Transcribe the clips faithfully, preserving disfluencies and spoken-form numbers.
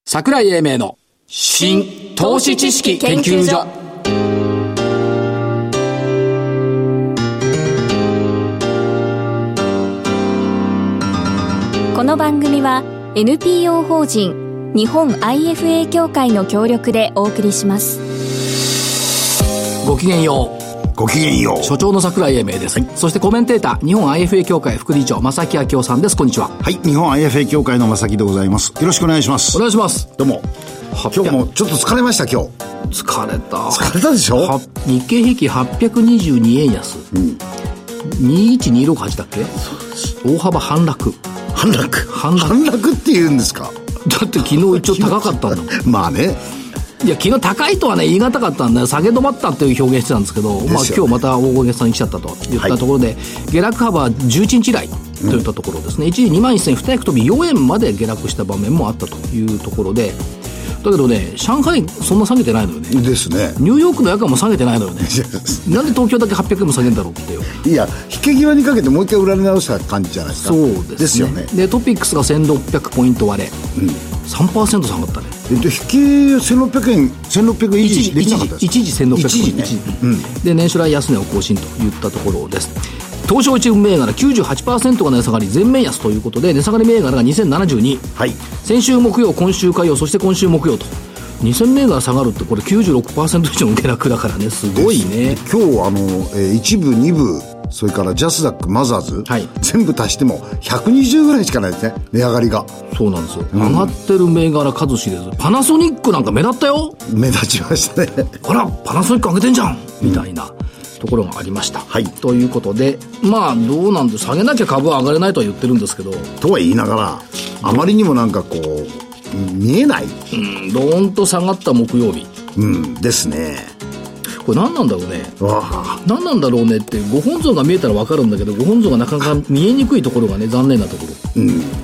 桜井英明の新投資知識研究所。 この番組は エヌピーオー 法人日本 アイエフエー 協会の協力でお送りします。 ごきげんよう。 ごきげんよう。 所長の桜井英明です、はい、そしてコメンテーター日本 アイエフエー 協会副理事長正木昭夫さんです。こんにちは。 はい、日本 アイエフエー 協会の正木でございます。よろしくお願いします。 お願いします。 どうも。今日もちょっと疲れました。今日疲れた疲れたでしょ。 日経平均はっぴゃくにじゅうにえん安、うん、にいちにろくはちだっけ。大幅反落反落反落反落って言うんですか。 だって昨日一応高かったんだもんまあね。 いや昨日高いとはね言い難かったんだよ。下げ止まったっていう表現してたんですけど、ね、まあ、今日また大声さんに来ちゃったと言ったところで、はい、下落幅はじゅういちにち以来といったところですね、うん、一時にまんせんにひゃく飛びよんえんまで下落した場面もあったというところで、だけどね上海そんな下げてないのよね。 ですね。 ニューヨークの夜間も下げてないのよねなんで東京だけはっぴゃくえんも下げるんだろうってよ。 いや引け際にかけてもう一回裏に直した感じじゃないですか。 そうですね。 ですよね。 でトピックスがせんろっぴゃくポイント割れ、うん、さんパーセント 下がったね。 えっと引けせんろっぴゃくえんせんろっぴゃくえん維持できなかったですか。 一時せんろっぴゃくえん、 一時ね、 うん、で年初来安値を更新といったところです。東証一部銘柄 きゅうじゅうはちパーセント が値下がり全面安ということで、値下がり銘柄がにせんななじゅうに、はい、先週木曜今週火曜そして今週木曜とにせん銘柄下がるって、これ きゅうじゅうろくパーセント 以上の下落だからね。すごいね。 今日あの、えー、一部二部それからジャスダックマザーズ、はい、全部足してもひゃくにじゅうぐらいしかないですね、値上がりが。 そうなんですよ、うん、上がってる銘柄数知れず。パナソニックなんか目立ったよ。 目立ちましたねほらパナソニック上げてんじゃん、うん、みたいなところがありました、はい、ということでまあどうなんで下げなきゃ株は上がれないとは言ってるんですけど、 とは言いながらあまりにもなんかこう見えない、 うん、ドーンと下がった木曜日、 うんですね。 これ何なんだろうね。何なんだろうねってご本尊が見えたら分かるんだけど、ご本尊がなかなか見えにくいところがね残念なところ、うん、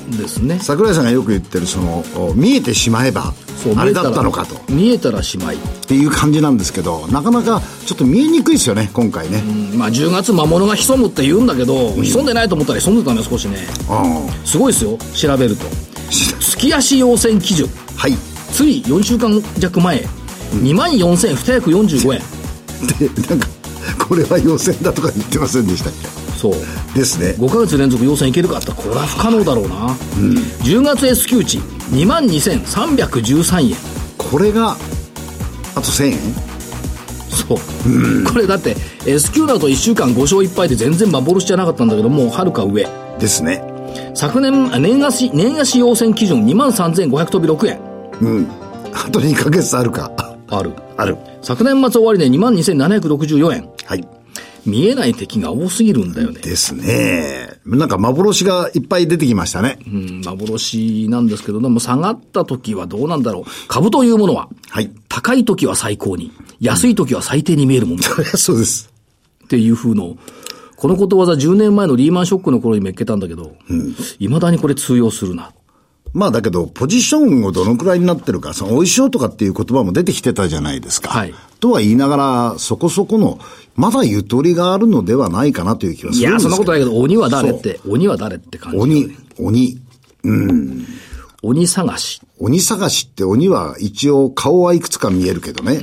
ですね。 桜井さんがよく言ってるその見えてしまえばあれだったのかと、 見えたらしまいっていう感じなんですけど、なかなかちょっと見えにくいですよね今回ね、 うん、まあ、じゅうがつ魔物が潜むって言うんだけど、うん、潜んでないと思ったら潜んでたね少しね。すごいですよ調べると月足陽線基準、はい、ついよんしゅうかん弱前、うん、にまんよんせんにひゃくよんじゅうごえんでなんかこれは陽線だとか言ってませんでしたっけ。 そうですね。 ごかげつ連続陽線いけるかってこれは不可能だろうな、うん、じゅうがつ S q 値 にまんにせんさんびゃくじゅうさんえん、 これがあとせんえん。 そう、うん、これだって S q だといっしゅうかんご勝いっぱいで全然幻じゃなかったんだけど、もうはるか上ですね。 昨年年足年足陽線基準 にまんさんぜんごひゃく飛びろくえん、 うん、あとにかげつあるか。 あるある。 昨年末終わりで にまんにせんななひゃくろくじゅうよえん、 はい、 見えない敵が多すぎるんだよね。 ですね。なんか幻がいっぱい出てきましたね。 うん、幻なんですけど、でも下がった時はどうなんだろう。株というものは、はい、高い時は最高に、安い時は最低に見えるもんだ、 うん、そうです。 っていう風の、このことわざじゅうねんまえのリーマンショックの頃にめっけたんだけど、うん、未だにこれ通用するな。 まあだけどポジションをどのくらいになってるか、そのおいしょとかっていう言葉も出てきてたじゃないですか、はい、とは言いながらそこそこのまだゆとりがあるのではないかなという気はするんですけど。いやそんなことないけど、鬼は誰って鬼は誰って感じ、 ね、鬼鬼うん鬼探し鬼探しって鬼は一応顔はいくつか見えるけどね、うん、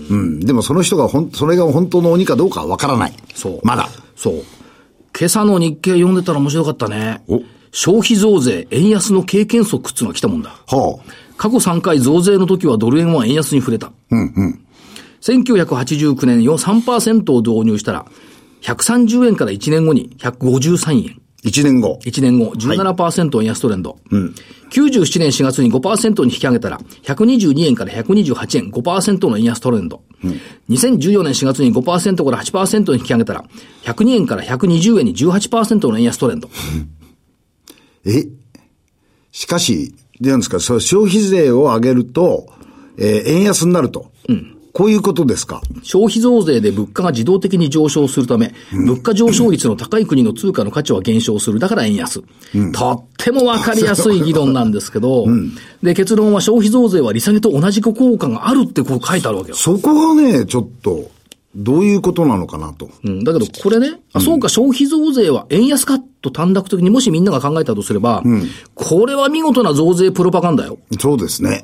うん、でもその人がほんそれが本当の鬼かどうかはわからない。 そうまだそう今朝の日経読んでたら面白かったね。お消費増税円安の経験則っていうのが来たもんだ、はあ、過去さんかい増税の時はドル円は円安に触れた、うんうん、せんきゅうひゃくはちじゅうきゅうねん さんパーセント を導入したらひゃくさんじゅうえんからいちねんごにひゃくごじゅうさんえん、 いちねんごいちねんご じゅうななパーセント 円安トレンド、はい、うん、きゅうじゅうななねんしがつに ごパーセント に引き上げたらひゃくにじゅうにえんからひゃくにじゅうはちえん ごパーセント の円安トレンド、うん、にせんじゅうよねんしがつに ごパーセント から はちパーセント に引き上げたらひゃくにえんからひゃくにじゅうえんに じゅうはちパーセント の円安トレンド、 うん、えしかしなんですか、その消費税を上げると、えー、円安になると、うん、こういうことですか。 消費増税で物価が自動的に上昇するため、うん、物価上昇率の高い国の通貨の価値は減少する。だから円安。うん、とってもわかりやすい議論なんですけど、うん、で、結論は消費増税は利下げと同じ効果があるってこう書いてあるわけよ。 そこがね、ちょっと、どういうことなのかなと。 うん、だけどこれね、あ、そうか、消費増税は円安かと短絡的にもしみんなが考えたとすれば、うん、これは見事な増税プロパガンダよ。 そうですね。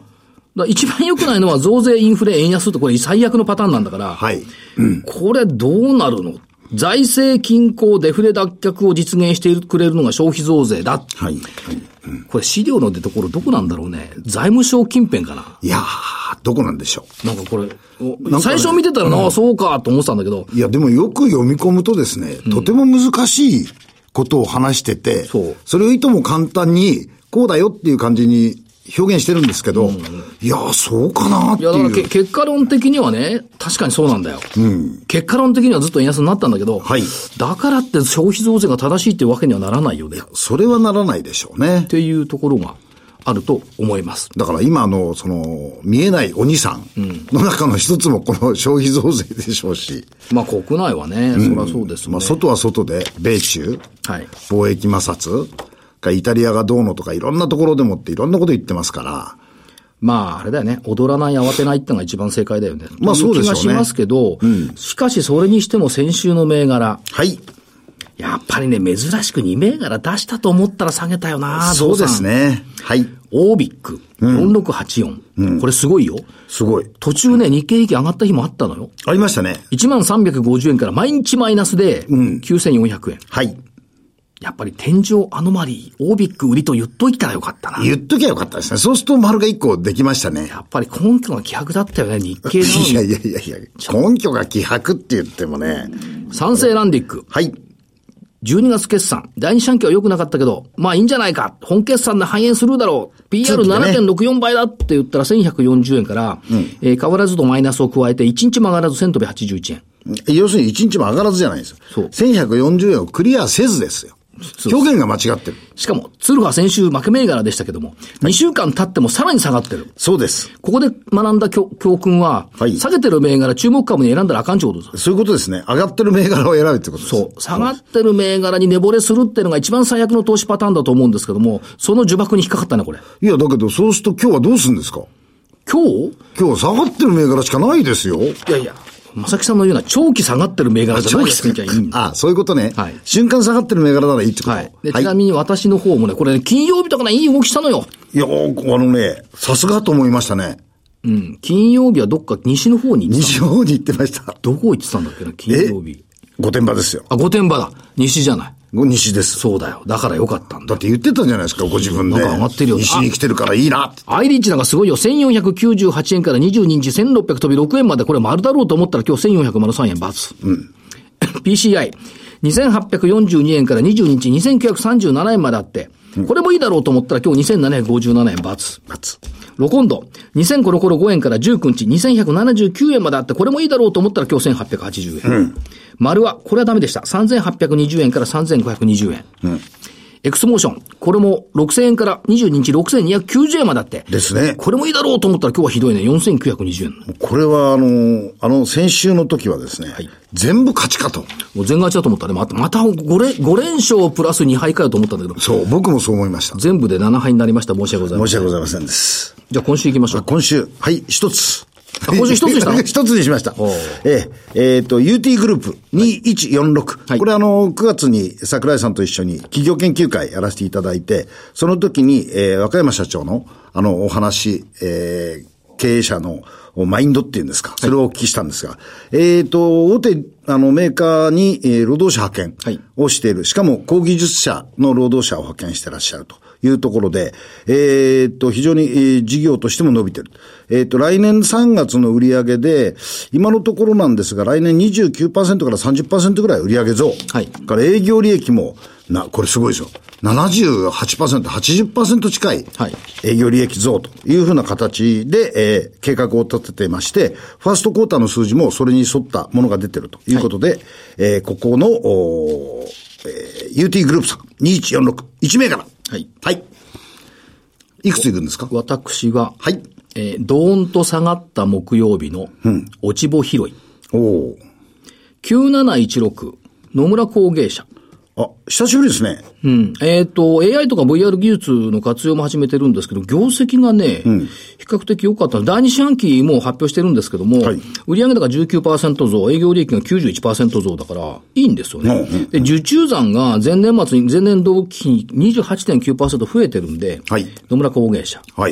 だ一番良くないのは増税、インフレ、円安ってこれ最悪のパターンなんだから、 はい。 うん、これどうなるの？財政均衡デフレ脱却を実現してくれるのが消費増税だ。はい。はいうん、 これ資料の出所どこなんだろうね。財務省近辺かな。 いやー、どこなんでしょう。なんかこれ、ね、最初見てたらな、うん、そうかと思ってたんだけど。 いや、でもよく読み込むとですね、とても難しいことを話してて、うん、そう。それをいとも簡単に、こうだよっていう感じに、表現してるんですけど、うん、いや、そうかなっていう。いや、だから結果論的にはね、確かにそうなんだよ。うん、結果論的にはずっと円安になったんだけど、はい、だからって消費増税が正しいっていうわけにはならないよね。いや、 それはならないでしょうね。 っていうところがあると思います。 だから今の、その、見えないお兄さんの中の一つもこの消費増税でしょうし。 うん、まあ国内はね、うん、そりゃそうですね。 まあ外は外で、米中、はい、貿易摩擦、イタリアがどうのとかいろんなところでもっていろんなこと言ってますから。 まあ、あれだよね。踊らない、慌てないってのが一番正解だよね。まあそうですよね。気がしますけど、うん、しかしそれにしても先週の銘柄。はい。やっぱりね、珍しくに銘柄出したと思ったら下げたよな。 そうですね。はい。 オービック、よんろくはちよん、うん。これすごいよ。 すごい。 途中ね、日経平均上がった日もあったのよ。 ありましたね。 いちまんさんびゃくごじゅうえんから毎日マイナスで、きゅうせんよんひゃくえん。うん、はい。やっぱり天井アノマリー、オービック売りと言っといたらよかったな。 言っときゃよかったですね。そうすると丸がいっこできましたね。 やっぱり根拠が希薄だったよね、日経なのに。 いやいやいやいや、根拠が希薄って言ってもね。 三成ランディック。はい。じゅうにがつ決算。第二四半期は良くなかったけど、まあいいんじゃないか。本決算で反映するだろう。ピーアールななてんろくよん 倍だって言ったらせんひゃくよんじゅうえんから、うん、えー、変わらずとマイナスを加えていちにちも上がらずせんとびはちじゅういちえん。 要するにいちにちも上がらずじゃないですよ。そう。せんひゃくよんじゅうえんをクリアせずですよ。表現が間違ってる。 しかも、ツルハ先週負け銘柄でしたけども、はい、にしゅうかん経ってもさらに下がってる。 そうです。 ここで学んだ教訓は、はい、下げてる銘柄、注目株に選んだらあかんちゅうことです。 そういうことですね。上がってる銘柄を選ぶってことです。 そう。下がってる銘柄に値惚れするっていうのが一番最悪の投資パターンだと思うんですけども、その呪縛に引っかかったね、これ。 いや、だけど、そうすると今日はどうするんですか？ 今日今日は下がってる銘柄しかないですよ。いやいや。正木さんのような長期下がってる銘柄じゃないですか。 ああ、そういうことね。はい。瞬間下がってる銘柄ならいいってこと。はい。 で、ちなみに私の方もね、これ、ね、金曜日とかね、いい動きしたのよ。 いや、あのね、さすがと思いましたね。 うん。金曜日はどっか西の方に行ってた。 西の方に行ってました。 どこ行ってたんだっけな、金曜日。 御殿場ですよ。 あ、御殿場だ。西じゃない。 西です。 そうだよ。だからよかったんだ。 だって言ってたんじゃないですか、ご自分で。 なんか上がってるよ。 西に来てるからいいなって。 アイリッチなんかすごいよ。せんよんひゃくきゅうじゅうはちえんからにじゅうににちせんろっぴゃく飛びろくえんまでこれ丸だろうと思ったら今日せんよんひゃくさんえん×。うん。ピーシーアイ。にせんはっぴゃくよんじゅうにえんからにじゅうににちにせんきゅうひゃくさんじゅうななえんまであって、うん、これもいいだろうと思ったら今日にせんななひゃくごじゅうななえん×。×。ロコンド。にせんコロコロごえんからじゅうくにちにせんひゃくななじゅうきゅうえんまであって、これもいいだろうと思ったら今日せんはっぴゃくはちじゅうえん。うん。丸は、これはダメでした。さんぜんはっぴゃくにじゅうえんからさんぜんごひゃくにじゅうえん。うん。エクスモーション。これもろくせんえんからにじゅうににちろくせんにひゃくきゅうじゅうえんまであって。 ですね。 これもいいだろうと思ったら今日はひどいね。よんせんきゅうひゃくにじゅうえん。 これはあの、あの先週の時はですね。はい。全部勝ちかと。 もう全勝ちだと思ったね。また、またご連、ご連勝プラスにはいかよと思ったんだけど。 そう、僕もそう思いました。 全部でななはいになりました。申し訳ございません。 申し訳ございませんです。 じゃあ今週行きましょう。 今週。はい、一つ。 今週一つでした一つにしました。えー、えー、と、ユーティー グループにいちよんろく。はい、これあの、くがつに桜井さんと一緒に企業研究会やらせていただいて、その時に、えー、若山社長のあの、お話、えー、経営者のマインドっていうんですか、それをお聞きしたんですが、はい、えー、と、大手、あの、メーカーに、えー、労働者派遣をしている、はい、しかも、高技術者の労働者を派遣してらっしゃるというところで、えー、と、非常に、えー、事業としても伸びている。えー、と、来年さんがつの売上で、今のところなんですが、来年 にじゅうきゅうパーセント から さんじゅっパーセント ぐらい売上増。はい。から営業利益も、な、これすごいですよ。ななじゅうはちパーセント、はちじゅっパーセント 近い営業利益増というふうな形で、えー、計画を立てていまして、ファーストクォーターの数字もそれに沿ったものが出ているということで、はい、えー、ここの、おえー、ユーティー グループさんにいちよんろく、いち銘柄。はい。はい。いくついくんですか？ 私は、はい。えー、ドーンと下がった木曜日の、うん、落ち穂拾い。おきゅうなないちろく、野村工芸社。 あ、久しぶりですね。 うん。えっ、ー、と、エーアイ とか ブイアール 技術の活用も始めてるんですけど、業績がね、うん、比較的良かった。だいに四半期も発表してるんですけども、はい、売上高 じゅうきゅうパーセント 増、営業利益が きゅうじゅういちパーセント 増だから、いいんですよね。うんうん、で、受注残が前年末に、前年同期に にじゅうはちてんきゅうパーセント 増えてるんで、はい、野村工芸社。はい。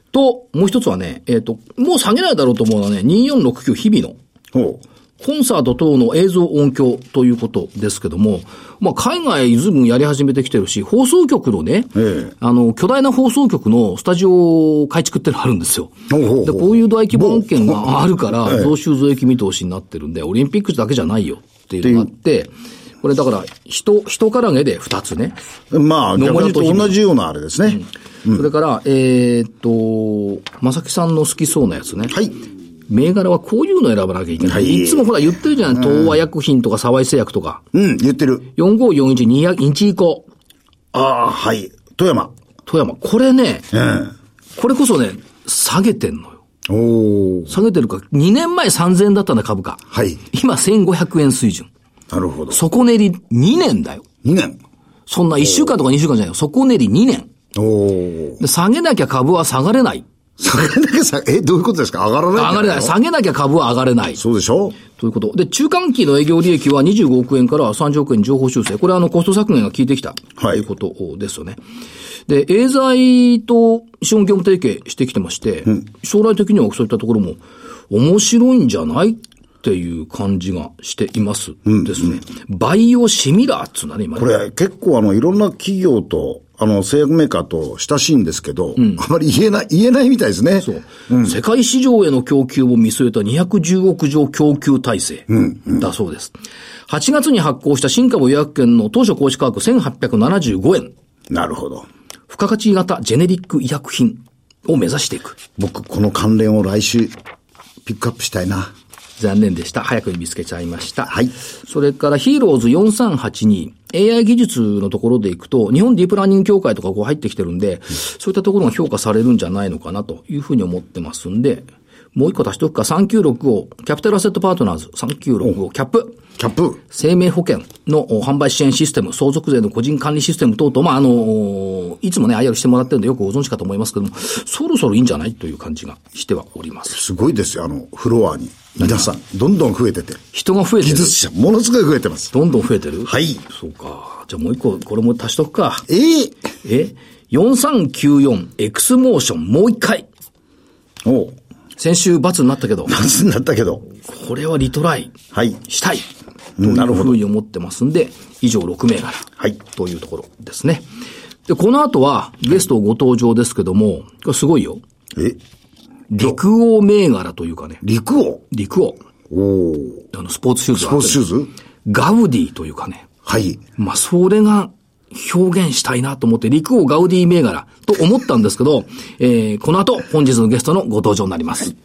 と、もう一つはね、えっ、ー、と、もう下げないだろうと思うのはね、にーよんろくきゅう日々の。ほう。コンサート等の映像音響ということですけども、まあ、海外ずいぶんやり始めてきてるし、放送局のね、ええ、あの、巨大な放送局のスタジオ改築ってのがあるんですよ。ほうほうほう。で、こういう大規模案件があるから、増収増益見通しになってるんで、オリンピックだけじゃないよっていうのがあって、これだから、人、人からげで二つね。 まあ、逆にと同じようなあれですね。 うんうん、それから、えー、っと、まさきさんの好きそうなやつね。はい。銘柄はこういうの選ばなきゃいけない。はい、いつもほら言ってるじゃない。東和薬品とか沢井製薬とか。 うん、言ってる。 よんごーよんいちにインチ以降。 ああ、はい。富山。 富山。これね、うん、これこそね、下げてんのよ。お下げてるか。にねんまえさんぜんえんだったんだ、株価。はい。今せんごひゃくえん水準。 なるほど。 底練りにねんだよ。 にねん。 そんないっしゅうかんとかにしゅうかんじゃないよ。底練りにねん。おで下げなきゃ株は下がれない。 下げなきゃ下げ、え、どういうことですか？上がらない？ 上がれない。下げなきゃ株は上がれない。 そうでしょ？ ということ。で、中間期の営業利益はにじゅうごおくえんからさんじゅうおくえん情報修正。これはあのコスト削減が効いてきた。はい。ということですよね。で、エーザイと資本業務提携してきてまして、うん、将来的にはそういったところも面白いんじゃないっていう感じがしていますですね。うんうん、バイオシミラーっつうのはね、今ね。 これ結構あの、いろんな企業と、あの、製薬メーカーと親しいんですけど、うん、あまり言えない、言えないみたいですね。そう。 うん、世界市場への供給を見据えたにひゃくじゅうおく錠供給体制だそうです。うんうん、はちがつに発行した新株予約券の当初公示価格せんはっぴゃくななじゅうごえん。 なるほど。 付加価値型ジェネリック医薬品を目指していく。 僕、この関連を来週ピックアップしたいな。 残念でした。早くに見つけちゃいました。はい。それからヒーローズよんさんはちに エーアイ 技術のところでいくと、日本ディープラーニング協会とかこう入ってきてるんで、うん、そういったところが評価されるんじゃないのかなというふうに思ってますんで、もう一個足しておくか、さんきゅうろくご、キャピタルアセットパートナーズ、さんきゅうろくご、キャップ。 キャップ。 生命保険の販売支援システム、相続税の個人管理システム等々、まあ、あの、いつもね、アイアール してもらってるんでよくご存知かと思いますけども、そろそろいいんじゃないという感じがしてはおります。 すごいですよ、あの、フロアに。皆さん、どんどん増えてて。 人が増えてる。 技術者、ものすごい増えてます。 どんどん増えてる？ はい。 そうか。じゃあもう一個、これも足しとくか。 えー、 え ?よんさんきゅうよん エクスモーション、もう一回。おう。先週罰になったけど。 罰になったけど。 これはリトライ。はい。したい。というふうに思ってますんで、以上ろくめいがら。はい。というところですね。で、この後はゲストご登場ですけども、これすごいよ。え陸王銘柄というかね。 陸王陸王。おあの、スポーツシューズ。 スポーツシューズガウディというかね。 はい。 まあ、それが表現したいなと思って、陸王ガウディ銘柄と思ったんですけど、えー、この後、本日のゲストのご登場になります。はい、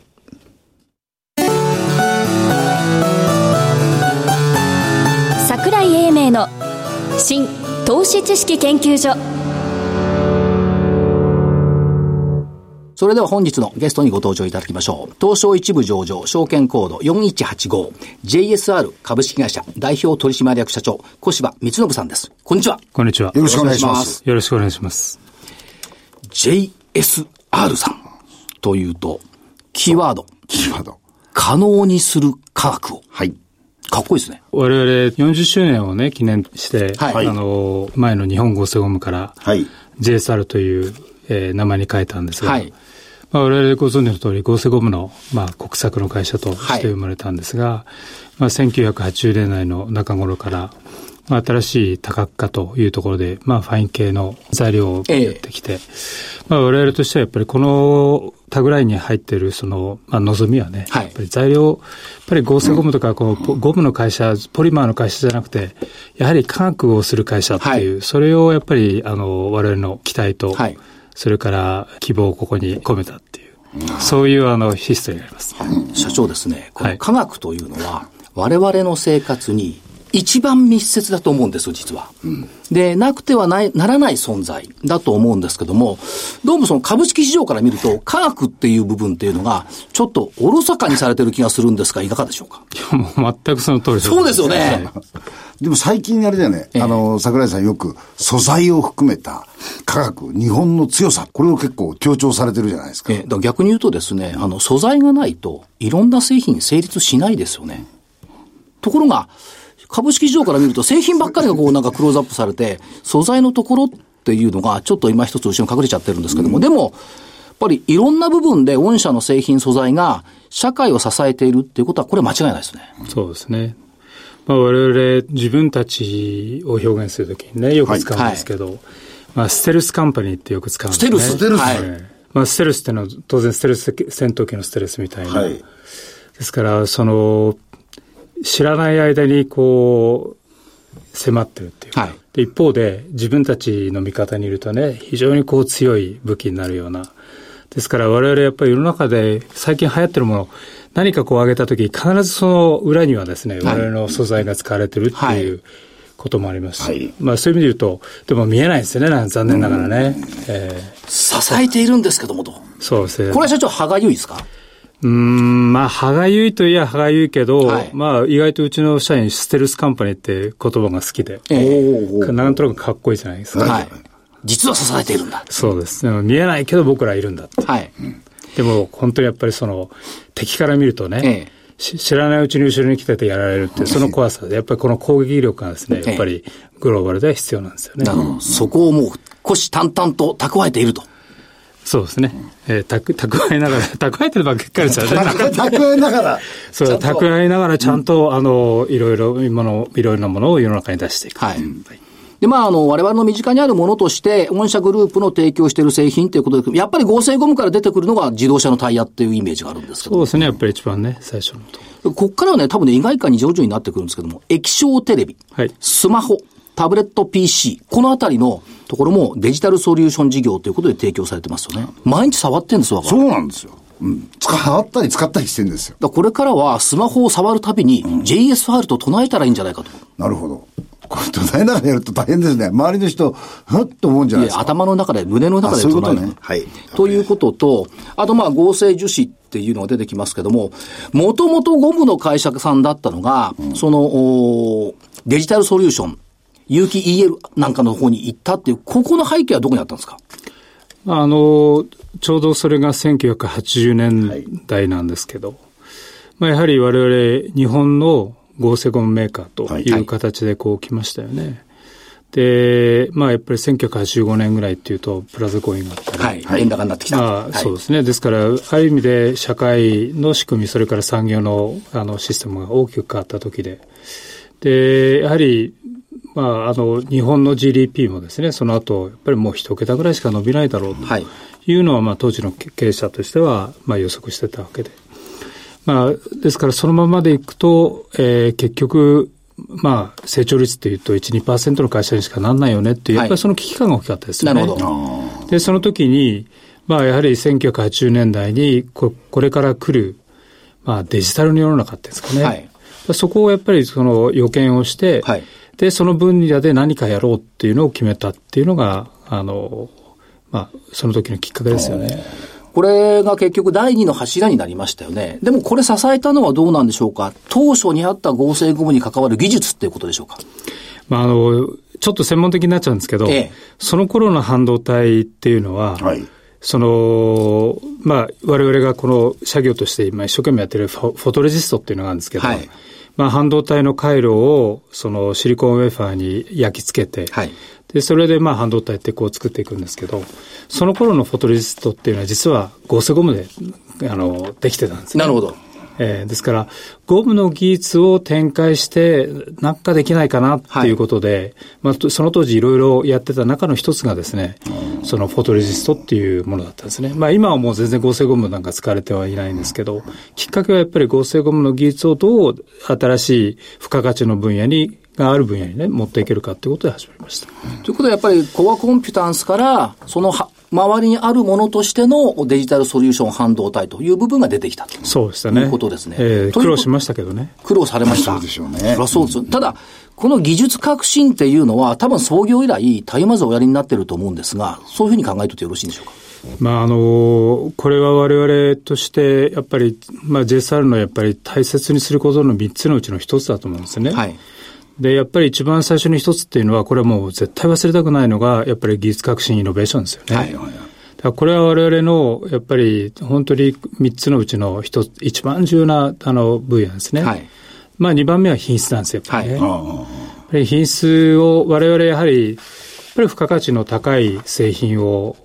櫻井英明の新投資知識研究所。 それでは本日のゲストにご登場いただきましょう。東証一部上場、証券コードよんいちはちご、ジェイエスアール 株式会社代表取締役社長、小柴光信さんです。こんにちは。 こんにちは。 よろしくお願いします。 よろしくお願いします。 ジェイエスアール さんというと、キーワード。 キーワード。 可能にする科学を。はい。かっこいいですね。 我々よんじゅっしゅうねんをね、記念して、はい、あの、前の日本合成ゴムから、はい、ジェイエスアール という、えー、名前に変えたんですが、はい、まあ、我々ご存知の通り合成ゴムの、まあ、国策の会社として生まれたんですが、はい、まあ、せんきゅうひゃくはちじゅうねんだいの中頃から、まあ、新しい多角化というところで、まあ、ファイン系の材料をやってきて、ええ、まあ、我々としてはやっぱりこのタグラインに入っているその、まあ、望みはね、はい、やっぱり材料、やっぱり合成ゴムとかこう、ゴムの会社、ポリマーの会社じゃなくて、やはり科学をする会社っていう、はい、それをやっぱり、あの、我々の期待と、はい、それから希望をここに込めたっていう、そういうあのヒストリーになります。 社長ですね、この科学というのは、我々の生活に一番密接だと思うんですよ、実は。うん、で、なくてはない、ならない存在だと思うんですけども、どうもその株式市場から見ると、科学っていう部分っていうのが、ちょっとおろそかにされてる気がするんですが、いかがでしょうか？ いや、もう全くその通りです。 そうですよね。 でも最近あれだよね、ええ、あの、桜井さんよく素材を含めた科学、日本の強さ、これを結構強調されてるじゃないですか。 ええ、だから逆に言うとですね、あの、素材がないといろんな製品成立しないですよね。ところが、株式市場から見ると製品ばっかりがこうなんかクローズアップされて、素材のところっていうのがちょっと今一つ後ろに隠れちゃってるんですけども、うん、でも、 ぱりいろんな部分で御社の製品素材が社会を支えているっていうことはこれ間違いないですね。 そうですね。まあ、我々自分たちを表現するときにね、よく使うんですけど、はい、まあ、ステルスカンパニーってよく使うんですね。 ステルス、ステルス。はい。 まあ、ステルスっていうのは当然ステルス戦闘機のステルスみたいな。はい。ですから、その、知らない間にこう、迫ってるっていうか、はい、で一方で自分たちの味方にいるとね、非常にこう強い武器になるような。ですから我々やっぱり世の中で最近流行ってるもの、何かこう上げたとき、必ずその裏にはですね、はい、我々の素材が使われてるっていうこともありますし、はい、まあそういう意味で言うと、でも見えないですよね、残念ながらね。えー、支えているんですけどもと。 そうですね。 これは社長、歯がゆいですか？ うーん、まあ、歯がゆいといや歯がゆいけど、はい、まあ、意外とうちの社員、ステルスカンパニーって言葉が好きで、えー、なんとなくかっこいいじゃないですか。 はい。実は支えているんだ。 そうです。でも見えないけど僕らいるんだって。はい。でも、本当にやっぱりその、敵から見るとね、えー、知らないうちに後ろに来ててやられるっていう、その怖さで、やっぱりこの攻撃力がですね、やっぱりグローバルでは必要なんですよね。 なるほど。そこをもう、虎視眈々と蓄えていると。 そうですね。えー、たく、蓄えながら、蓄えてるばっかりですよね。 蓄えながら。 そう、蓄えながらちゃんと、うん、あの、いろいろ、もの、いろいろなものを世の中に出していく。はい。 で、まあ、あの、我々の身近にあるものとして、御社グループの提供している製品ということで、やっぱり合成ゴムから出てくるのが自動車のタイヤっていうイメージがあるんですけど。 そうですね。やっぱり一番ね、最初のと。 こっからはね、多分ね、意外かに徐々になってくるんですけども、液晶テレビ、はい、スマホ、タブレット ピーシー、このあたりのところもデジタルソリューション事業ということで提供されてますよね。毎日触ってるんですわ。 そうなんですよ。うん。触ったり使ったりしてるんですよ。 だこれからはスマホを触るたびに ジェイエスアール と唱えたらいいんじゃないかと。 うん、なるほど。これ唱えながらやると大変ですね。周りの人、ふっと思うんじゃないですか。 いや、頭の中で、胸の中で唱える。そういうことね。はい。ということと、あとまあ合成樹脂っていうのが出てきますけども、もともとゴムの会社さんだったのが、うん、その、デジタルソリューション、有機 イーエル なんかの方に行ったっていう、ここの背景はどこにあったんですか？ あの、ちょうどそれがせんきゅうひゃくはちじゅうねんだいなんですけど、はい、まあ、やはり我々日本の合成ゴムメーカーという形でこう来ましたよね。はい、で、まあやっぱりせんきゅうひゃくはちじゅうごねんぐらいっていうとプラザコインがあったり。 はい。円高になってきた。 まあ、はい、そうですね。ですから、ある意味で社会の仕組み、それから産業のあのシステムが大きく変わった時で、で、やはり、まあ、あの、日本の ジーディーピー もですね、その後、やっぱりもう一桁ぐらいしか伸びないだろうというのは、まあ、当時の経営者としては、まあ、予測してたわけで。まあ、ですから、そのままでいくと、えー、結局、まあ、成長率っていうと、いち、にパーセント の会社にしかならないよねっていう、やっぱりその危機感が大きかったですよね。なるほど。で、その時に、まあ、やはりせんきゅうひゃくはちじゅうねんだいにこ、これから来る、まあ、デジタルの世の中っていうんですかね。はい、そこをやっぱりその予見をして、はい、で、その分野で何かやろうっていうのを決めたっていうのが、あの、まあ、その時のきっかけですよね。 これが結局第二の柱になりましたよね。でもこれ支えたのはどうなんでしょうか。当初にあった合成ゴムに関わる技術っていうことでしょうか。 まあ、あの、ちょっと専門的になっちゃうんですけど、ええ、その頃の半導体っていうのは、はい、その、まあ、我々がこの作業として今一生懸命やってるフォ、フォトレジストっていうのがあるんですけど、はい、まあ、半導体の回路をそのシリコンウェファーに焼き付けて、はい、でそれでまあ半導体ってこう作っていくんですけど、その頃のフォトレジストっていうのは実は合成ゴムであのできてたんですね。 なるほど。 えー、ですからゴムの技術を展開してなんかできないかなっていうことで、はい、まあ、その当時いろいろやってた中の一つがですね、そのフォトレジストっていうものだったんですね。まあ今はもう全然合成ゴムなんか使われてはいないんですけど、きっかけはやっぱり合成ゴムの技術をどう新しい付加価値の分野にがある分野にね持っていけるかということで始まりました。 ということはやっぱりコアコンピュタンスからその周りにあるものとしてのデジタルソリューション半導体という部分が出てきたと。 そうでしたね。 いうことですね。 えー、苦労しましたけどね。 苦労されました。 そうでしょうね。 そりゃそうですよ。ただこの技術革新っていうのは多分創業以来たゆまずおやりになっていると思うんですが、そういうふうに考えておいてよろしいんでしょうか。 まあ、あの、これは我々として、やっぱり、まあ、ジェイエスアール のやっぱり大切にすることのみっつのうちの一つだと思うんですね。はい。で、やっぱり一番最初に一つっていうのは、これはもう絶対忘れたくないのが、やっぱり技術革新イノベーションですよね。はい。だからこれは我々の、やっぱり本当にみっつのうちの一つ、一番重要な、あの、分野ですね。はい。まあ、にばんめは品質なんですよ。はい。やっぱり品質を我々やはり、やっぱり付加価値の高い製品を、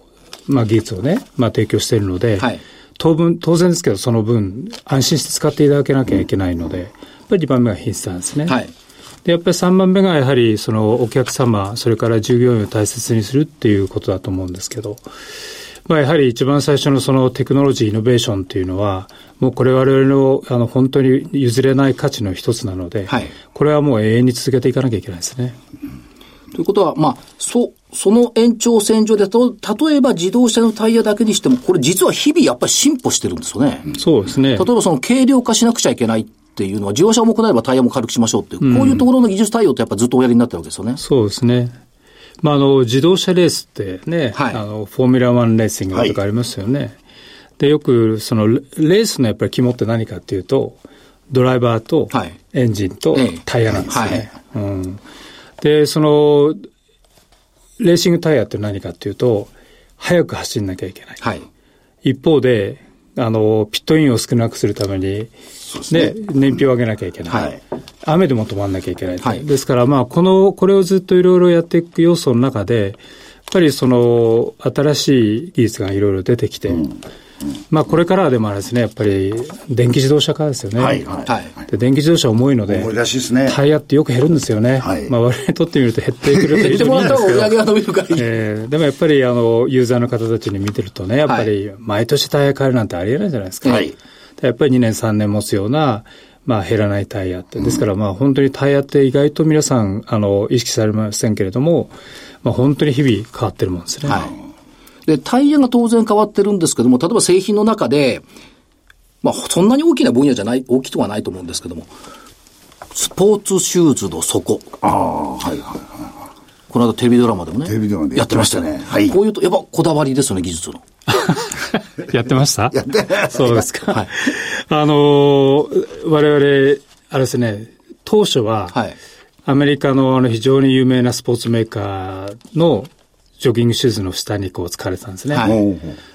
まあ、技術をね、まあ、提供しているので、はい、当分、当然ですけど、その分、安心して使っていただけなきゃいけないので、やっぱりにばんめが品質なんですね。はい、で、やっぱりさんばんめがやはり、そのお客様、それから従業員を大切にするっていうことだと思うんですけど、まあ、やはり一番最初のそのテクノロジーイノベーションというのは、もうこれ我々の、あの本当に譲れない価値の一つなので、はい、これはもう永遠に続けていかなきゃいけないですね。 ということは、まあ、そ、その延長線上でと、例えば自動車のタイヤだけにしても、これ実は日々やっぱり進歩してるんですよね。 そうですね。 例えばその軽量化しなくちゃいけないっていうのは、自動車重くなればタイヤも軽くしましょうっていう、うん、こういうところの技術対応ってやっぱずっとおやりになってるわけですよね。 そうですね。まあ、あの、自動車レースってね、はい、あの、フォーミュラワンレーシングとかありますよね。はい、で、よく、その、レースのやっぱり肝って何かっていうと、ドライバーとエンジンとタイヤなんですね。はいはい、うん、で、その、レーシングタイヤって何かっていうと、速く走んなきゃいけない。はい、一方で、あの、ピットインを少なくするために、ね、燃費を上げなきゃいけない。はい、雨でも止まんなきゃいけない。はい、ですから、まあ、この、これをずっといろいろやっていく要素の中で、やっぱりその、新しい技術がいろいろ出てきて、うんまあ、これからはでもあれですね、やっぱり電気自動車化ですよね。はいはい、で電気自動車重いので、 重いらしいですね。 タイヤってよく減るんですよね。はい、まあ、我々にとってみると減ってくるという減ってもらった方が売り上げが伸びるからいい。 えー、でもやっぱりあのユーザーの方たちに見てるとね、やっぱり毎年タイヤ変えるなんてありえないじゃないですか。はい、やっぱりにねんさんねん持つような、まあ、減らないタイヤって、ですからまあ本当にタイヤって意外と皆さんあの意識されませんけれども、まあ、本当に日々変わってるもんですね。はい、 で、タイヤが当然変わってるんですけども、例えば製品の中で、まあ、そんなに大きな分野じゃない、大きいとはないと思うんですけども、スポーツシューズの底。ああ、はいはいはい。この間テレビドラマでもね、テレビドラマでやってましたね。はい。こういうと、やっぱこだわりですよね、技術の。 やってましたやって。 そうですか。はい。あのー、我々、あれですね、当初は、はい、アメリカのあの非常に有名なスポーツメーカーのジョギングシューズの下にこう使われてたんですね。はい、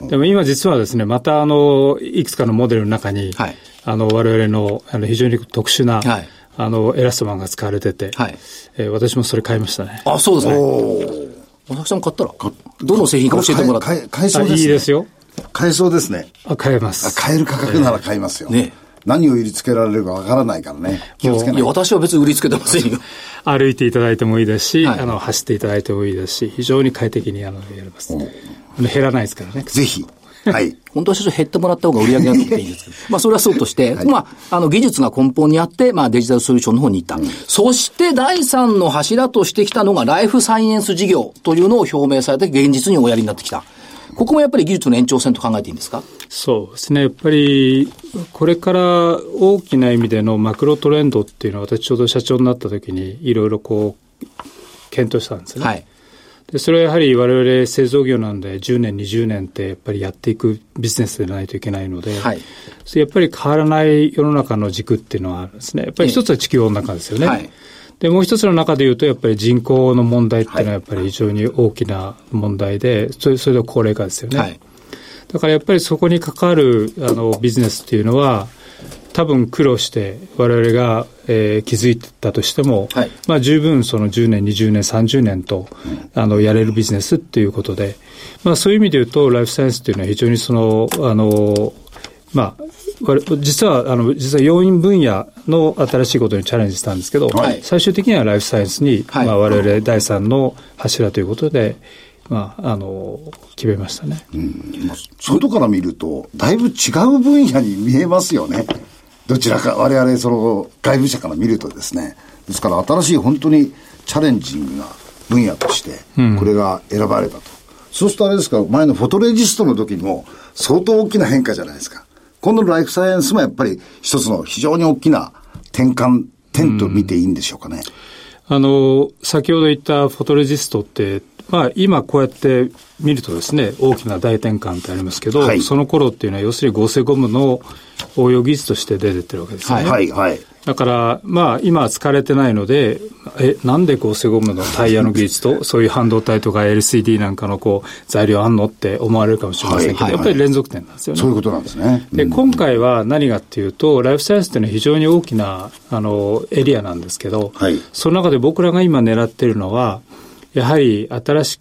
でも今実はですね、またあの、いくつかのモデルの中に、はい、あの、我々のあの非常に特殊な、はい、あの、エラストマンが使われてて、はい、えー、私もそれ買いましたね。 あ、そうですね。おさきさん買ったらどの製品か教えてもらって。 買え、買えそうですね。 いいですよ。 買えそうですね。 あ、買えます。 あ、買える価格なら買いますよ。えー、ね。何を売りつけられるかわからないからね。気をつけない。 いや、私は別に売りつけてませんよ。 歩いていただいてもいいですし、はい、あの、走っていただいてもいいですし、非常に快適にあの、やります。減らないですからね。 ぜひ。はい。 本当は最初減ってもらった方が売り上げが伸びていいんですけど。まあ、それはそうとして、はい、まあ、あの、技術が根本にあって、まあ、デジタルソリューションの方に行った。うん、そして、だいさんの柱としてきたのが、ライフサイエンス事業というのを表明されて、現実におやりになってきた。ここもやっぱり技術の延長線と考えていいんですか？ そうですね。やっぱり、これから大きな意味でのマクロトレンドっていうのは、私ちょうど社長になった時にいろいろこう、検討したんですね。はい。で、それはやはり我々製造業なんでじゅうねん、にじゅうねんってやっぱりやっていくビジネスでないといけないので、はい。やっぱり変わらない世の中の軸っていうのはあるんですね。やっぱり一つは地球温暖化ですよね。はい。で、もう一つの中で言うと、やっぱり人口の問題っていうのはやっぱり非常に大きな問題で、それ、それと高齢化ですよね。はい。だからやっぱりそこに関わるあのビジネスっていうのは、多分苦労して我々が、えー、気づいたとしても、はい、まあ十分そのじゅうねん、にじゅうねん、さんじゅうねんと、うん、あのやれるビジネスっていうことで、まあそういう意味で言うと、ライフサイエンスっていうのは非常にその、あの、まあ、実は、あの、実は要因分野の新しいことにチャレンジしたんですけど、はい、最終的にはライフサイエンスに、はい、まあ我々だいさんの柱ということで、まあ、あの、決めましたね。うん、 外から見ると、だいぶ違う分野に見えますよね。どちらか、我々、その、外部者から見るとですね。ですから、新しい本当にチャレンジングな分野として、これが選ばれたと。うん、そうするとあれですか、前のフォトレジストの時にも、相当大きな変化じゃないですか。このライフサイエンスもやっぱり一つの非常に大きな転換点と見ていいんでしょうかね。 うん、あの、先ほど言ったフォトレジストって、まあ今こうやって見るとですね、大きな大転換ってありますけど、はい、その頃っていうのは要するに合成ゴムの応用技術として出てってるわけですね。はいはい。だからまあ今は使われてないので、え、なんで合成ゴムのタイヤの技術とそういう半導体とか エルシーディー なんかのこう材料あんのって思われるかもしれませんけど、はいはいはい、やっぱり連続点なんですよね。 そういうことなんですね。 で、今回は何かっていうと、ライフサイエンスっていうのは非常に大きなあのエリアなんですけど、はい、その中で僕らが今狙っているのは、やはり新し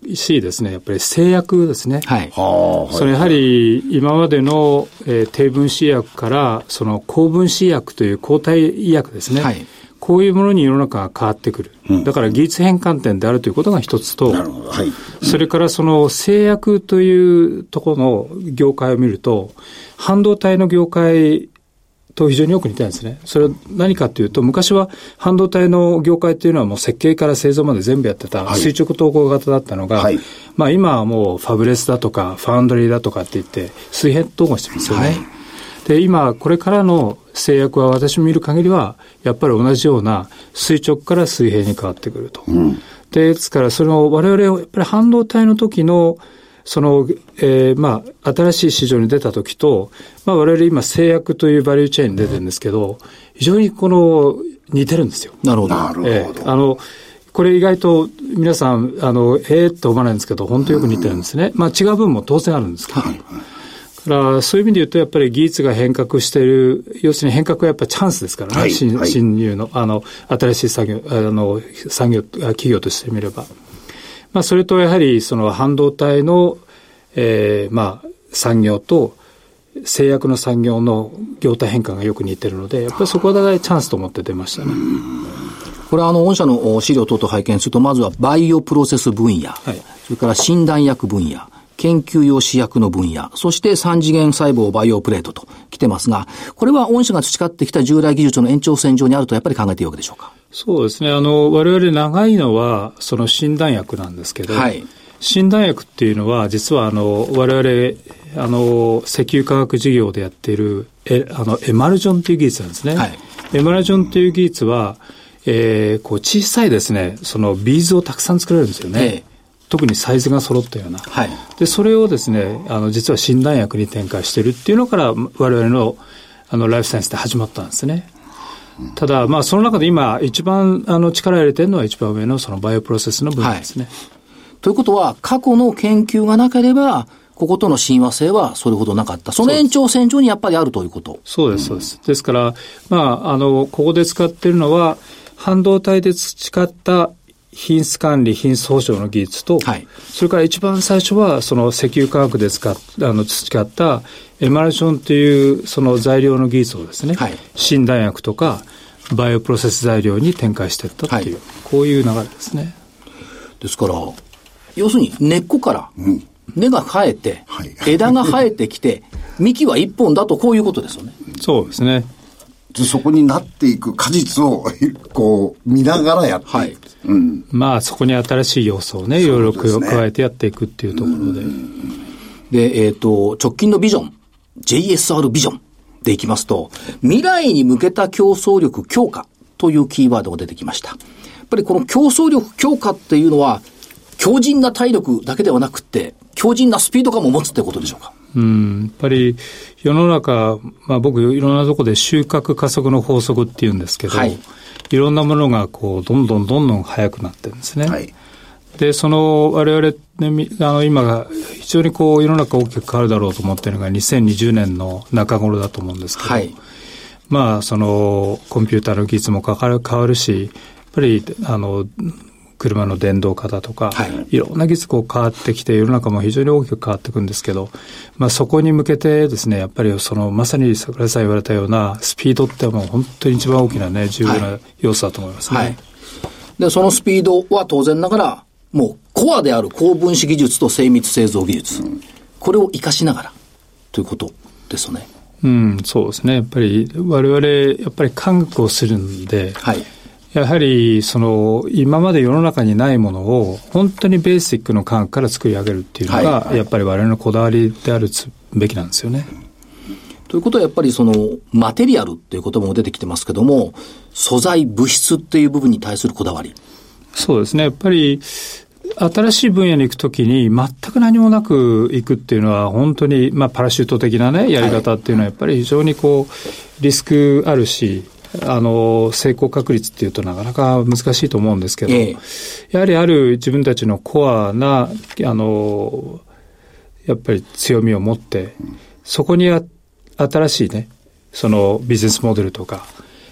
しいですね、やっぱり製薬ですね。 はい。 それやはり今までの、えー、低分子医薬からその高分子医薬という抗体医薬ですね。はい。こういうものに世の中が変わってくる。うん、だから技術変換点であるということが一つと、なるほど。はい。それからその製薬というところの業界を見ると、半導体の業界と非常によく似てるんですね。それは何かというと、昔は半導体の業界というのはもう設計から製造まで全部やってた垂直統合型だったのが、はい、まあ今はもうファブレスだとかファウンドリーだとかって言って水平統合してますよね。はい、で、今これからの製薬は私見る限りはやっぱり同じような垂直から水平に変わってくると。うん、で、ですからその我々はやっぱり半導体の時のその、えー、まあ、新しい市場に出たときと、まあ、我々今製薬というバリューチェーンに出てるんですけど、非常にこの、似てるんですよ。 なるほど。 なるほど。えー、あの、これ意外と皆さん、あの、ええー、と思わないんですけど、本当よく似てるんですね。まあ、違う部分も当然あるんですけど。はい。だからそういう意味で言うと、やっぱり技術が変革している、要するに変革はやっぱりチャンスですからね。はい、新、はい、新入の、あの、新しい作業、あの、産業、企業としてみれば。まあ、それとやはりその半導体の、えー、まあ産業と製薬の産業の業態変化がよく似てるので、やっぱりそこはだいチャンスと思って出ましたね。 これはあの御社の資料等々拝見すると、まずはバイオプロセス分野、はい、それから診断薬分野、研究用試薬の分野、そして三次元細胞バイオプレートと来てますが、これは御社が培ってきた従来技術の延長線上にあるとやっぱり考えていいわけでしょうか。 そうですね。あの、我々長いのは、その診断薬なんですけど、はい、診断薬っていうのは、実はあの、我々、あの、石油化学事業でやっている、え、あの、エマルジョンという技術なんですね。はい、エマルジョンという技術は、えー、こう、小さいですね、そのビーズをたくさん作れるんですよね。ええ、特にサイズが揃ったような。はい、で、それをですね、あの、実は診断薬に展開しているっていうのから、我々の、あの、ライフサイエンスで始まったんですね。ただ、まあ、その中で今、一番あの力を入れてるのは一番上のそのバイオプロセスの分野ですね。はい、 ということは、過去の研究がなければ、こことの親和性はそれほどなかった。その延長線上にやっぱりあるということ。 そうです、そうです。ですから、まあ、あの、ここで使っているのは、半導体で培った品質管理、品質保証の技術と、はい、それから一番最初は、その石油化学で使っ、あの、培ったエマルジョンというその材料の技術をですね、はい、診断薬とかバイオプロセス材料に展開していったっていう、はい、こういう流れですね。 ですから、要するに根っこから根が生えて、うん、枝が生えてきて、幹は一本だとこういうことですよね。 そうですね。 そこになっていく果実をこう見ながらやっていく、はい、 うん、まあそこに新しい要素をねいろいろ加えてやっていくっていうところで、 で、えっと直近のビジョン ジェイエスアール ビジョンでいきますと、未来に向けた競争力強化というキーワードが出てきました。やっぱりこの競争力強化っていうのは強靭な体力だけではなくって強靭なスピード感も持つってことでしょうか。 うん、やっぱり世の中、まあ、僕いろんなところで収穫加速の法則っていうんですけど、はい、いろんなものがこうどんどんどんどん速くなってるんですね。はい、でその我々、ね、あの今が非常にこう世の中大きく変わるだろうと思っているのがにせんにじゅうねんの中頃だと思うんですけど、はい、まあそのコンピューターの技術も変わる、変わるし、やっぱりあの車の電動化だとか、はい、いろんな技術が変わってきて世の中も非常に大きく変わっていくんですけど、まあ、そこに向けてですね、やっぱりそのまさに桜井さん言われたようなスピードってもう本当に一番大きなね重要な要素だと思いますね。はいはい、 でそのスピードは当然ながらもうコアである高分子技術と精密製造技術、うん、これを活かしながらということですよね。 うん、そうですね。やっぱり我々やっぱり科学をするんで、はい、やはりその今まで世の中にないものを本当にベーシックの科学から作り上げるっていうのが、はい、やっぱり我々のこだわりであるべきなんですよね。 ということはやっぱりそのマテリアルっていう言葉も出てきてますけども、素材物質っていう部分に対するこだわり。 そうですね。やっぱり新しい分野に行くときに全く何もなく行くっていうのは本当にまあパラシュート的なねやり方っていうのはやっぱり非常にこうリスクあるし、あの成功確率っていうとなかなか難しいと思うんですけど、ええ、やはりある自分たちのコアなあのやっぱり強みを持って、そこにあ新しいねそのビジネスモデルとか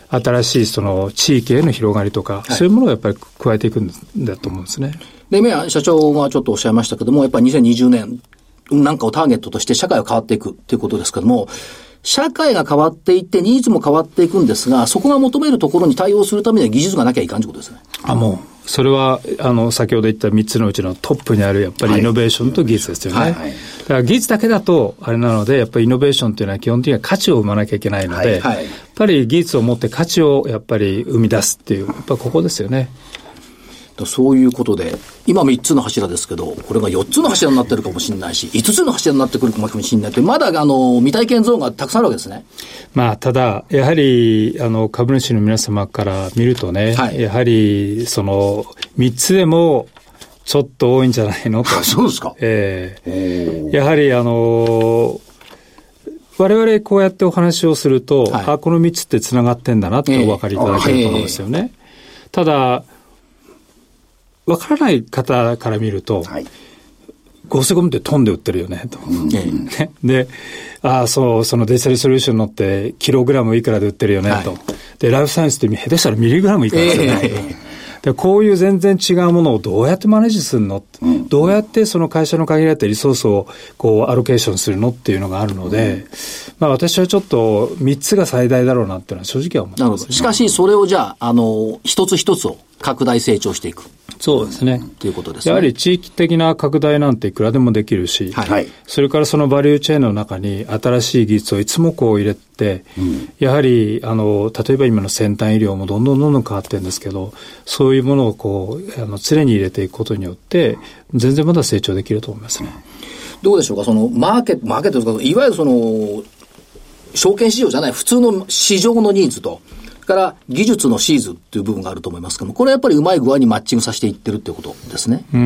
新しいその地域への広がりとか、はい、そういうものをやっぱり加えていくんだと思うんですね。 で、今、社長がちょっとおっしゃいましたけども、やっぱりにせんにじゅうねんなんかをターゲットとして社会が変わっていくということですけども、社会が変わっていってニーズも変わっていくんですが、そこが求めるところに対応するためには技術がなきゃいかんということですね。 あ、もう。それは、あの、先ほど言ったみっつのうちのトップにある、やっぱりイノベーションと技術ですよね。はいはいはい、だから技術だけだと、あれなので、やっぱりイノベーションというのは基本的には価値を生まなきゃいけないので、はいはい、やっぱり技術を持って価値をやっぱり生み出すっていう、やっぱここですよね。 そういうことで、今みっつの柱ですけど、これがよっつの柱になってるかもしれないし、いつつの柱になってくるかもしれないって、まだあの未体験ゾーンがたくさんあるわけですね。 まあ、ただ、やはりあの株主の皆様から見るとね、はい、やはりそのみっつでもちょっと多いんじゃないのと。 そうですか。 えー、やはりあの我々こうやってお話をすると、はい、あ、このみっつってつながってんだなってお分かりいただけると思うんですよね。えー、ただわからない方から見ると、はい、合成ゴムってトンで売ってるよね、と。うん、で、ああ、そう、そのデジタルソリューションのってキログラムいくらで売ってるよね、はい、と。で、ライフサイエンスって下手したらミリグラムいくらですよね。えーでこういう全然違うものをどうやってマネージするの、うん、どうやってその会社の限られたリソースをこうアロケーションするのっていうのがあるので、うん、まあ私はちょっとみっつが最大だろうなっていうのは正直は思ってます、ね。 なるほど。しかしそれをじゃあ、あの、一つ一つを拡大成長していく。 そうですね。 ということですね。 やはり地域的な拡大なんていくらでもできるし、はい、それからそのバリューチェーンの中に新しい技術をいつもこう入れて、うん、やはりあの例えば今の先端医療もどんどんどんどん変わってるんですけど、そういうものをこうあの常に入れていくことによって全然まだ成長できると思いますね。 どうでしょうか、そのマーケットマーケットとかいわゆるその証券市場じゃない普通の市場のニーズとから技術のシーズっていう部分があると思いますけども、これはやっぱりうまい具合にマッチングさせていってるっていうことですね。 うん、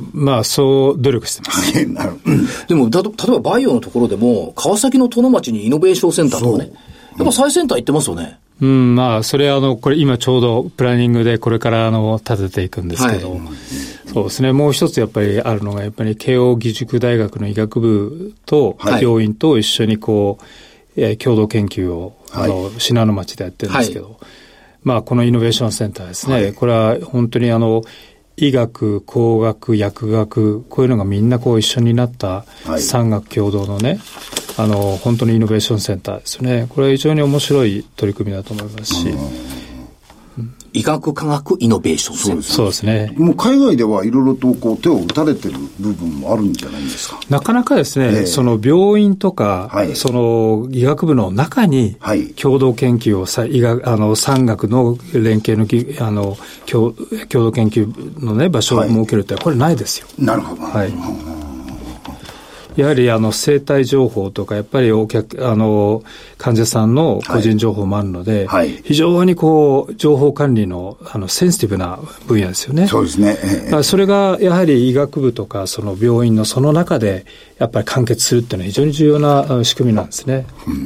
まあそう努力してます。 でもだ例えばバイオのところでも川崎の殿町にイノベーションセンターとかね、やっぱ最先端行ってますよね。 うん、まあそれあのこれ今ちょうどプランニングでこれからあの立てていくんですけど、はい、そうですね。もう一つやっぱりあるのがやっぱり慶応義塾大学の医学部と病院と一緒にこう、はい、共同研究をあの、はい、信濃町でやってるんですけど、はい、まあこのイノベーションセンターですね、はい、これは本当にあの医学、工学、薬学、こういうのがみんなこう一緒になった産学共同のね、はい、あの本当にイノベーションセンターですよね。これは非常に面白い取り組みだと思いますし、 医学科学イノベーションセンター。 そうですね。 もう海外ではいろいろとこう手を打たれてる部分もあるんじゃないですか。 なかなかですね、えー、その病院とか、はい、その医学部の中に共同研究をさ、はい、医学あの産学の連携のあの 共, 共同研究のね場所を設けるって、はい、これないですよ。 なるほど。 はい。やはりあの生体情報とかやっぱりお客あの患者さんの個人情報もあるので、はいはい、非常にこう情報管理のあのセンシティブな分野ですよね。 そうですね。 えー、それがやはり医学部とかその病院のその中でやっぱり完結するっていうのは非常に重要な仕組みなんですね。 うん、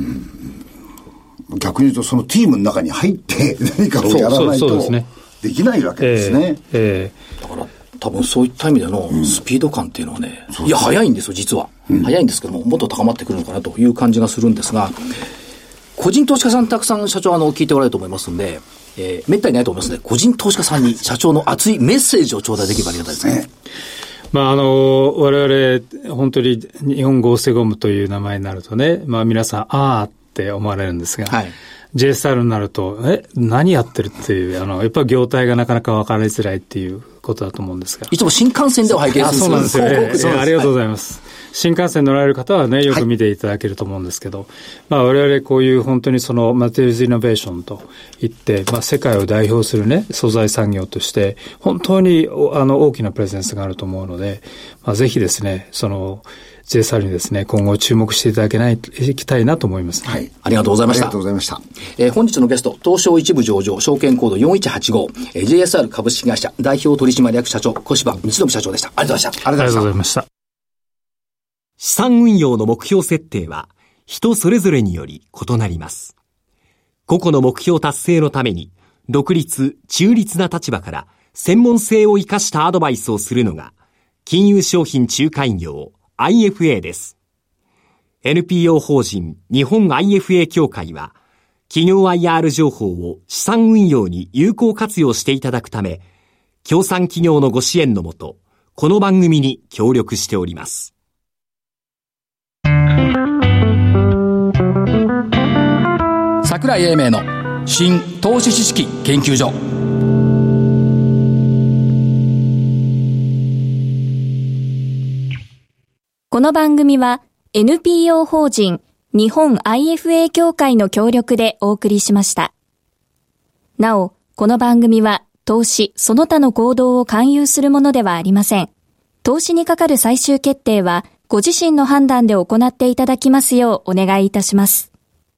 逆に言うとそのチームの中に入って何かをやらないとできないわけですね。 えーえー、だから多分そういった意味でのスピード感っていうのはね、うん、いや早いんですよ実は、うん、早いんですけどももっと高まってくるのかなという感じがするんですが、個人投資家さんたくさん社長あの聞いておられると思いますので、えー、めったにないと思いますので個人投資家さんに社長の熱いメッセージを頂戴できればありがたいですね。 まああの我々本当に日本合成ゴムという名前になるとね、まあ皆さんあーって思われるんですが、はい、ジェイエスアール になるとえ何やってるっていうあのやっぱり業態がなかなか分かりづらいっていうことだと思うんですが、 いつも新幹線では拝見するんですよ。 そうなんですよ、ね、ありがとうございます、はい、新幹線乗られる方はねよく見ていただけると思うんですけど、はい、まあ我々こういう本当にそのマテリアルズイノベーションといって、まあ、世界を代表するね素材産業として本当にあの大きなプレゼンスがあると思うので、まあ、ぜひですねそのジェイエスアール にですね、今後注目していただけない、いきたいなと思います、ね。 はい。ありがとうございました。 ありがとうございました。 えー、本日のゲスト、東証一部上場、証券コードよんいちはちご、えー、ジェイエスアール 株式会社代表取締役社長、小柴光信社長でした。ありがとうございました。 ありがとうございました。 資産運用の目標設定は、人それぞれにより異なります。個々の目標達成のために、独立、中立な立場から、専門性を生かしたアドバイスをするのが、金融商品仲介業、アイエフエー です。エヌピーオー 法人日本 アイエフエー 協会は、 企業 アイアール 情報を資産運用に有効活用していただくため、協賛企業のご支援のもと、この番組に協力しております。 櫻井英明の新投資知識研究所。 この番組は エヌピーオー 法人日本 アイエフエー 協会の協力でお送りしました。なお、この番組は投資その他の行動を勧誘するものではありません。投資にかかる最終決定はご自身の判断で行っていただきますようお願いいたします。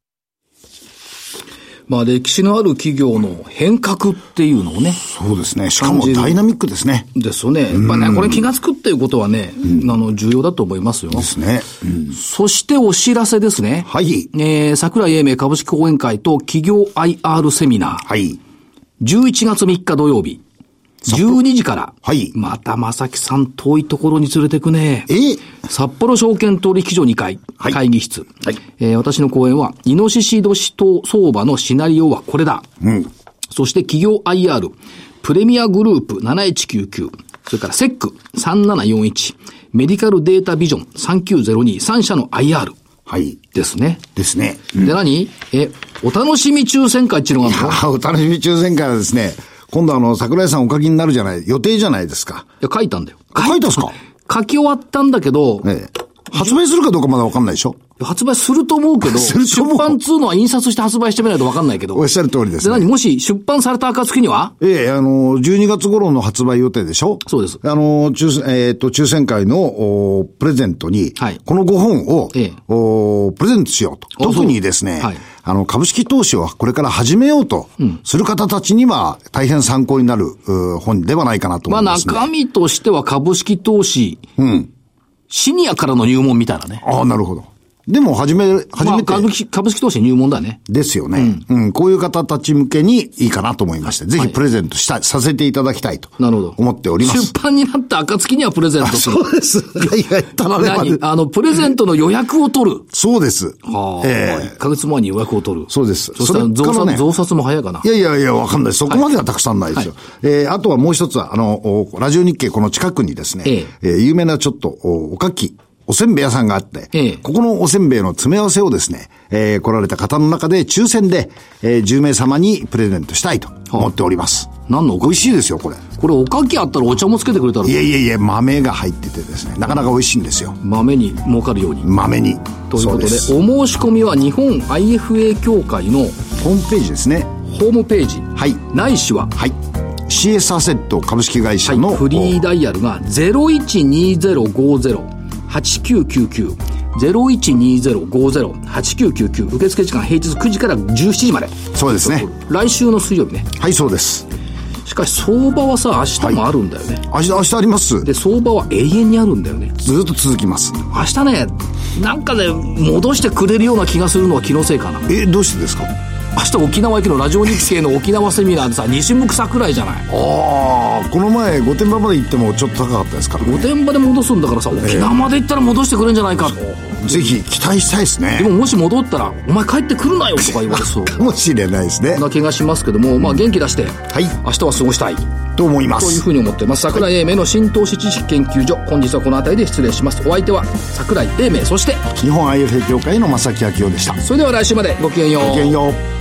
まあ、歴史のある企業の変革っていうのをね。 そうですね。しかもダイナミックですね。 ですよね。やっぱね、これ気がつくっていうことはね、うん、あの、重要だと思いますよ。 ですね。 うん、そしてお知らせですね。 はい。 えー、櫻井英明株式講演会と企業 アイアール セミナー。 はい。 じゅういちがつみっか土曜日。じゅうにじから。 はい。 また正木さん遠いところに連れてくね。 え札幌証券取引所にかい、はい、会議室。はい。えー、私の講演は、イノシシ年と相場のシナリオはこれだ。 うん。 そして企業 アイアール、プレミアグループなないちきゅうきゅう、それからセックさんななよんいち、メディカルデータビジョンさんきゅうゼロに、さん社の アイアール。 はい。 ですね。 ですね。 うん、で何え、お楽しみ抽選会っていうのがあるの？ いや、お楽しみ抽選会はですね、今度あの、桜井さんお書きになるじゃない、予定じゃないですか。 いや、書いたんだよ。 書いたんすか？ 書き終わったんだけど、 ええ、発売するかどうかまだわかんないでしょ？ 発売すると思うけど、出版通のは印刷して発売してみないとわかんないけど。 おっしゃる通りですね。 で、何もし出版された暁には？ ええ、あの、じゅうにがつ頃の発売予定でしょ？ そうです。 あの、抽、えっ、ー、と、抽選会の、お、プレゼントに、はい、このごほんを、ええ、お、プレゼントしようと。特にですね、はい、あの、株式投資をこれから始めようとする方たちには大変参考になる、うん、本ではないかなと思います、ね。 まあ、中身としては株式投資、うん、シニアからの入門みたいなね。 ああ、なるほど。でも、始め、初めて、 まあ、株式、株式投資入門だね。 ですよね、うん。うん。こういう方たち向けにいいかなと思いまして、ぜひプレゼントした、はい、させていただきたいと。なるほど。思っております。 出版になった暁にはプレゼントする。 そうです。はいはい。ただね。 何あの、プレゼントの予約を取る。 そうです。 はあ。ええー。いっかげつまえに予約を取る。 そうです。 そしたら増刷、ね、増刷も早いかな。 いやいやいや、わかんない。そこまではたくさんないですよ。はいはい、えー、あとはもう一つは、あの、ラジオ日経この近くにですね、えー、えー、有名なちょっと、お、おかき。おせんべい屋さんがあって、ええ、ここのおせんべいの詰め合わせをですね、えー、来られた方の中で抽選で、えー、じゅうめいさまにプレゼントしたいと思っております。 はあ、何のおかき？ 美味しいですよ、これ。 これおかきあったらお茶もつけてくれたら。 いやいやいや、豆が入っててですね、なかなか美味しいんですよ。 豆に儲かるように。 豆に。 ということで、お申し込みは日本 アイエフエー 協会のホームページですね。 ホームページ。 はい。 ないしは。 はい。シーエス アセット株式会社の、はい、 フリーダイヤルがゼロいちにゼロごゼロはちきゅうきゅうきゅう ゼロいちにゼロごゼロはちきゅうきゅうきゅう受付時間平日くじからじゅうしちじまで。 そうですね。 来週の水曜日ね。 はい、そうです。 しかし相場はさ、明日もあるんだよね。 はい、明日、明日あります。 で、相場は永遠にあるんだよね。 ずっと続きます。 明日ね、なんかね、戻してくれるような気がするのは気のせいかな。 え、どうしてですか？ 明日沖縄行きのラジオ日経の沖縄セミナーでさ、西向桜井じゃない。 ああ、この前御殿場まで行ってもちょっと高かったですからね。 御殿場で戻すんだからさ、沖縄まで行ったら戻してくれるんじゃないか、 えー、ぜひ期待したいですね。 でももし戻ったらお前帰ってくるなよとか言われそうかもしれないですね。 そんな気がしますけども、まあ元気出して、はい、明日は過ごしたいと思いますというふうに思っています。櫻井英明の新投資知識研究所、本日はこの辺りで失礼します。お相手は櫻井英明、そして日本 アイエフエー 協会の正木明夫でした。 それでは来週までごきげんよう。 ごきげんよう。